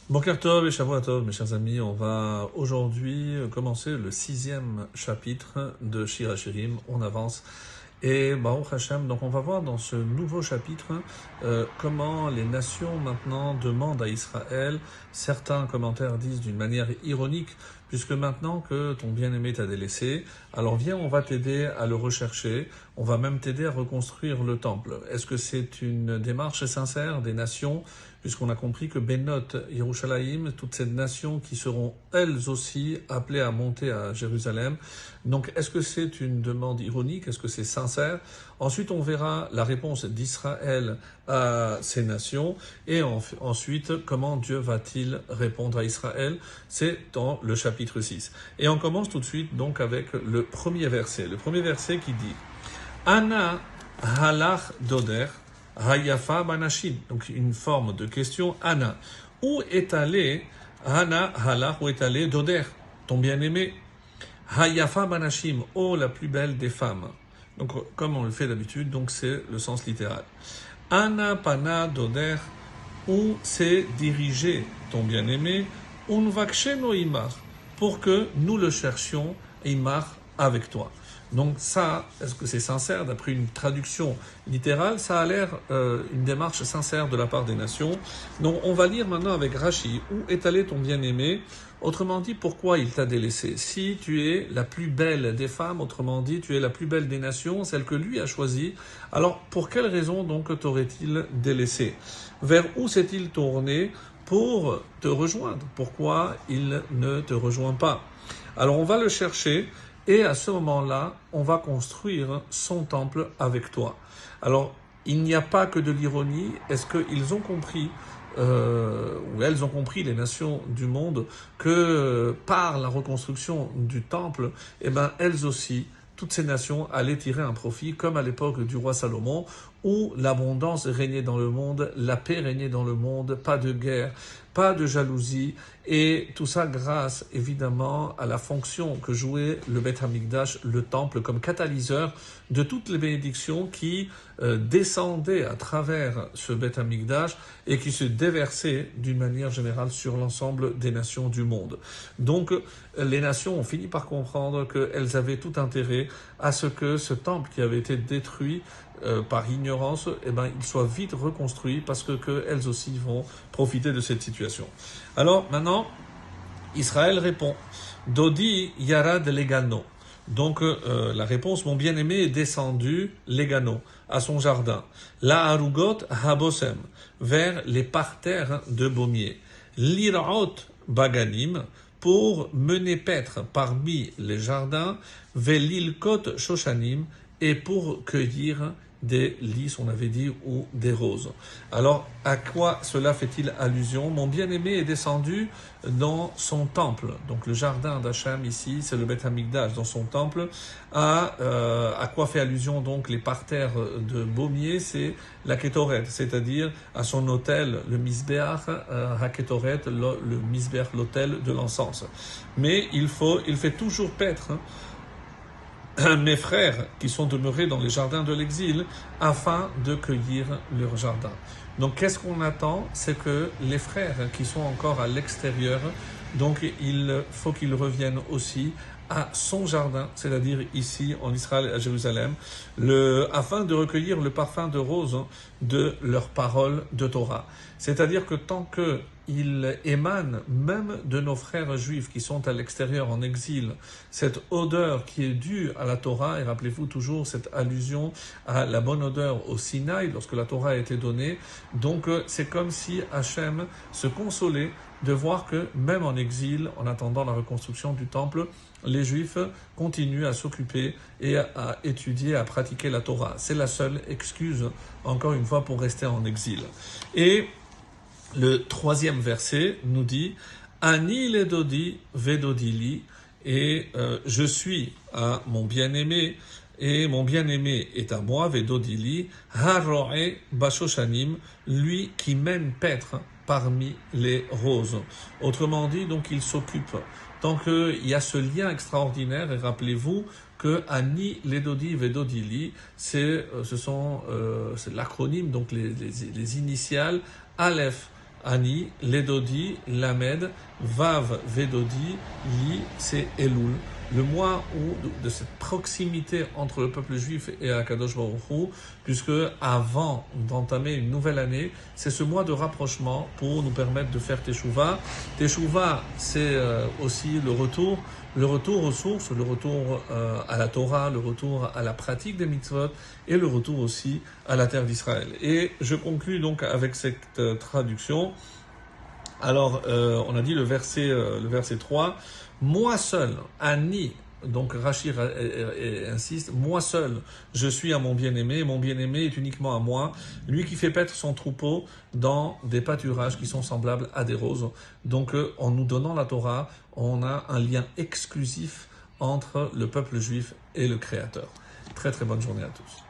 Boker Tov et Shavua Tov, mes chers amis, on va aujourd'hui commencer le 6e chapitre de Shir HaShirim. On avance et Baruch Hashem, donc on va voir dans ce nouveau chapitre comment les nations maintenant demandent à Israël. Certains commentaires disent d'une manière ironique, puisque maintenant que ton bien-aimé t'a délaissé, alors viens, on va t'aider à le rechercher, on va même t'aider à reconstruire le temple. Est-ce que c'est une démarche sincère des nations, puisqu'on a compris que Benot, Yerushalayim, toutes ces nations qui seront elles aussi appelées à monter à Jérusalem. Donc est-ce que c'est une demande ironique? Est-ce que c'est sincère? Ensuite on verra la réponse d'Israël à ces nations et ensuite comment Dieu va-t-il répondre à Israël. C'est dans le chapitre 6. Et on commence tout de suite donc avec le premier verset. Le premier verset qui dit Ana halach doder Hayafa Banashim, donc une forme de question. Anna, où est allé Anna Halach, où est allé Doder, ton bien-aimé? Hayafa Banashim, oh la plus belle des femmes. Donc comme on le fait d'habitude, donc c'est le sens littéral. Anna Pana Doder, où s'est dirigé ton bien-aimé? Unvaksheno Imar, pour que nous le cherchions Imar avec toi. Donc ça, est-ce que c'est sincère? D'après une traduction littérale, ça a l'air une démarche sincère de la part des nations. Donc on va lire maintenant avec Rashi, où est allé ton bien-aimé? Autrement dit, pourquoi il t'a délaissé? Si tu es la plus belle des femmes, autrement dit, tu es la plus belle des nations, celle que lui a choisie, alors pour quelle raison donc t'aurait-il délaissé? Vers où s'est-il tourné pour te rejoindre? Pourquoi il ne te rejoint pas? Alors on va le chercher. Et à ce moment-là, on va construire son temple avec toi. Alors, il n'y a pas que de l'ironie. Est-ce qu'ils ont compris, ou elles ont compris, les nations du monde, que par la reconstruction du temple, eh ben, elles aussi, toutes ces nations allaient tirer un profit, comme à l'époque du roi Salomon, où l'abondance régnait dans le monde, la paix régnait dans le monde, pas de guerre, pas de jalousie, et tout ça grâce évidemment à la fonction que jouait le Beth Hamikdash, le temple, comme catalyseur de toutes les bénédictions qui descendaient à travers ce Beth Hamikdash et qui se déversaient d'une manière générale sur l'ensemble des nations du monde. Donc les nations ont fini par comprendre qu'elles avaient tout intérêt à ce que ce temple qui avait été détruit par ignorance, eh ben, il soit vite reconstruit parce que elles aussi vont profiter de cette situation. Alors maintenant, Israël répond Dodi Yarad Legano. Donc la réponse, mon bien-aimé est descendu Legano, à son jardin. La Harugot Habosem, vers les parterres de Baumier. Liraot Baganim, pour mener paître parmi les jardins, Velilkot Shoshanim, et pour cueillir des lys, on avait dit, ou des roses. Alors, à quoi cela fait-il allusion? Mon bien-aimé est descendu dans son temple. Donc, le jardin d'Hachem, ici, c'est le Beth Hamikdash, dans son temple. À quoi fait allusion, donc, les parterres de Baumier? C'est la Kétoret, c'est-à-dire à son autel, le Misbeach, HaKétoret, le Misbeach, l'autel de l'encens. Mais il fait toujours paître mes frères qui sont demeurés dans les jardins de l'exil afin de cueillir leur jardin. Donc qu'est-ce qu'on attend? C'est que les frères qui sont encore à l'extérieur, donc il faut qu'ils reviennent aussi à son jardin, c'est-à-dire ici en Israël, à Jérusalem, afin de recueillir le parfum de rose de leurs paroles de Torah. C'est-à-dire que tant qu'il émane même de nos frères juifs qui sont à l'extérieur en exil, cette odeur qui est due à la Torah, et rappelez-vous toujours cette allusion à la bonne odeur au Sinaï lorsque la Torah a été donnée, donc c'est comme si Hachem se consolait de voir que même en exil, en attendant la reconstruction du temple, les Juifs continuent à s'occuper et à étudier, à pratiquer la Torah. C'est la seule excuse, encore une fois, pour rester en exil. Et le troisième verset nous dit « Ani ledodi vedodili » et je suis à mon bien-aimé et mon bien-aimé est à moi, vedodili, haroe bashoshanim, lui qui mène paître parmi les roses. Autrement dit, donc il s'occupe. Tant qu'il y a ce lien extraordinaire, et rappelez-vous que Ani Ledodi Vedodili, c'est l'acronyme, donc les initiales Aleph Ani, Ledodi, Lamed, Vav, Vedodi, Li, c'est Elul. Le mois de cette proximité entre le peuple juif et Akadosh Baruch Hu, puisque avant d'entamer une nouvelle année, c'est ce mois de rapprochement pour nous permettre de faire Teshuvah. Teshuvah, c'est aussi le retour aux sources, le retour à la Torah, le retour à la pratique des mitzvot et le retour aussi à la terre d'Israël. Et je conclus donc avec cette traduction. Alors, on a dit le verset 3, moi seul, Ani, donc Rachid insiste, moi seul, je suis à mon bien-aimé, et mon bien-aimé est uniquement à moi, lui qui fait paître son troupeau dans des pâturages qui sont semblables à des roses. Donc, en nous donnant la Torah, on a un lien exclusif entre le peuple juif et le Créateur. Très très bonne journée à tous.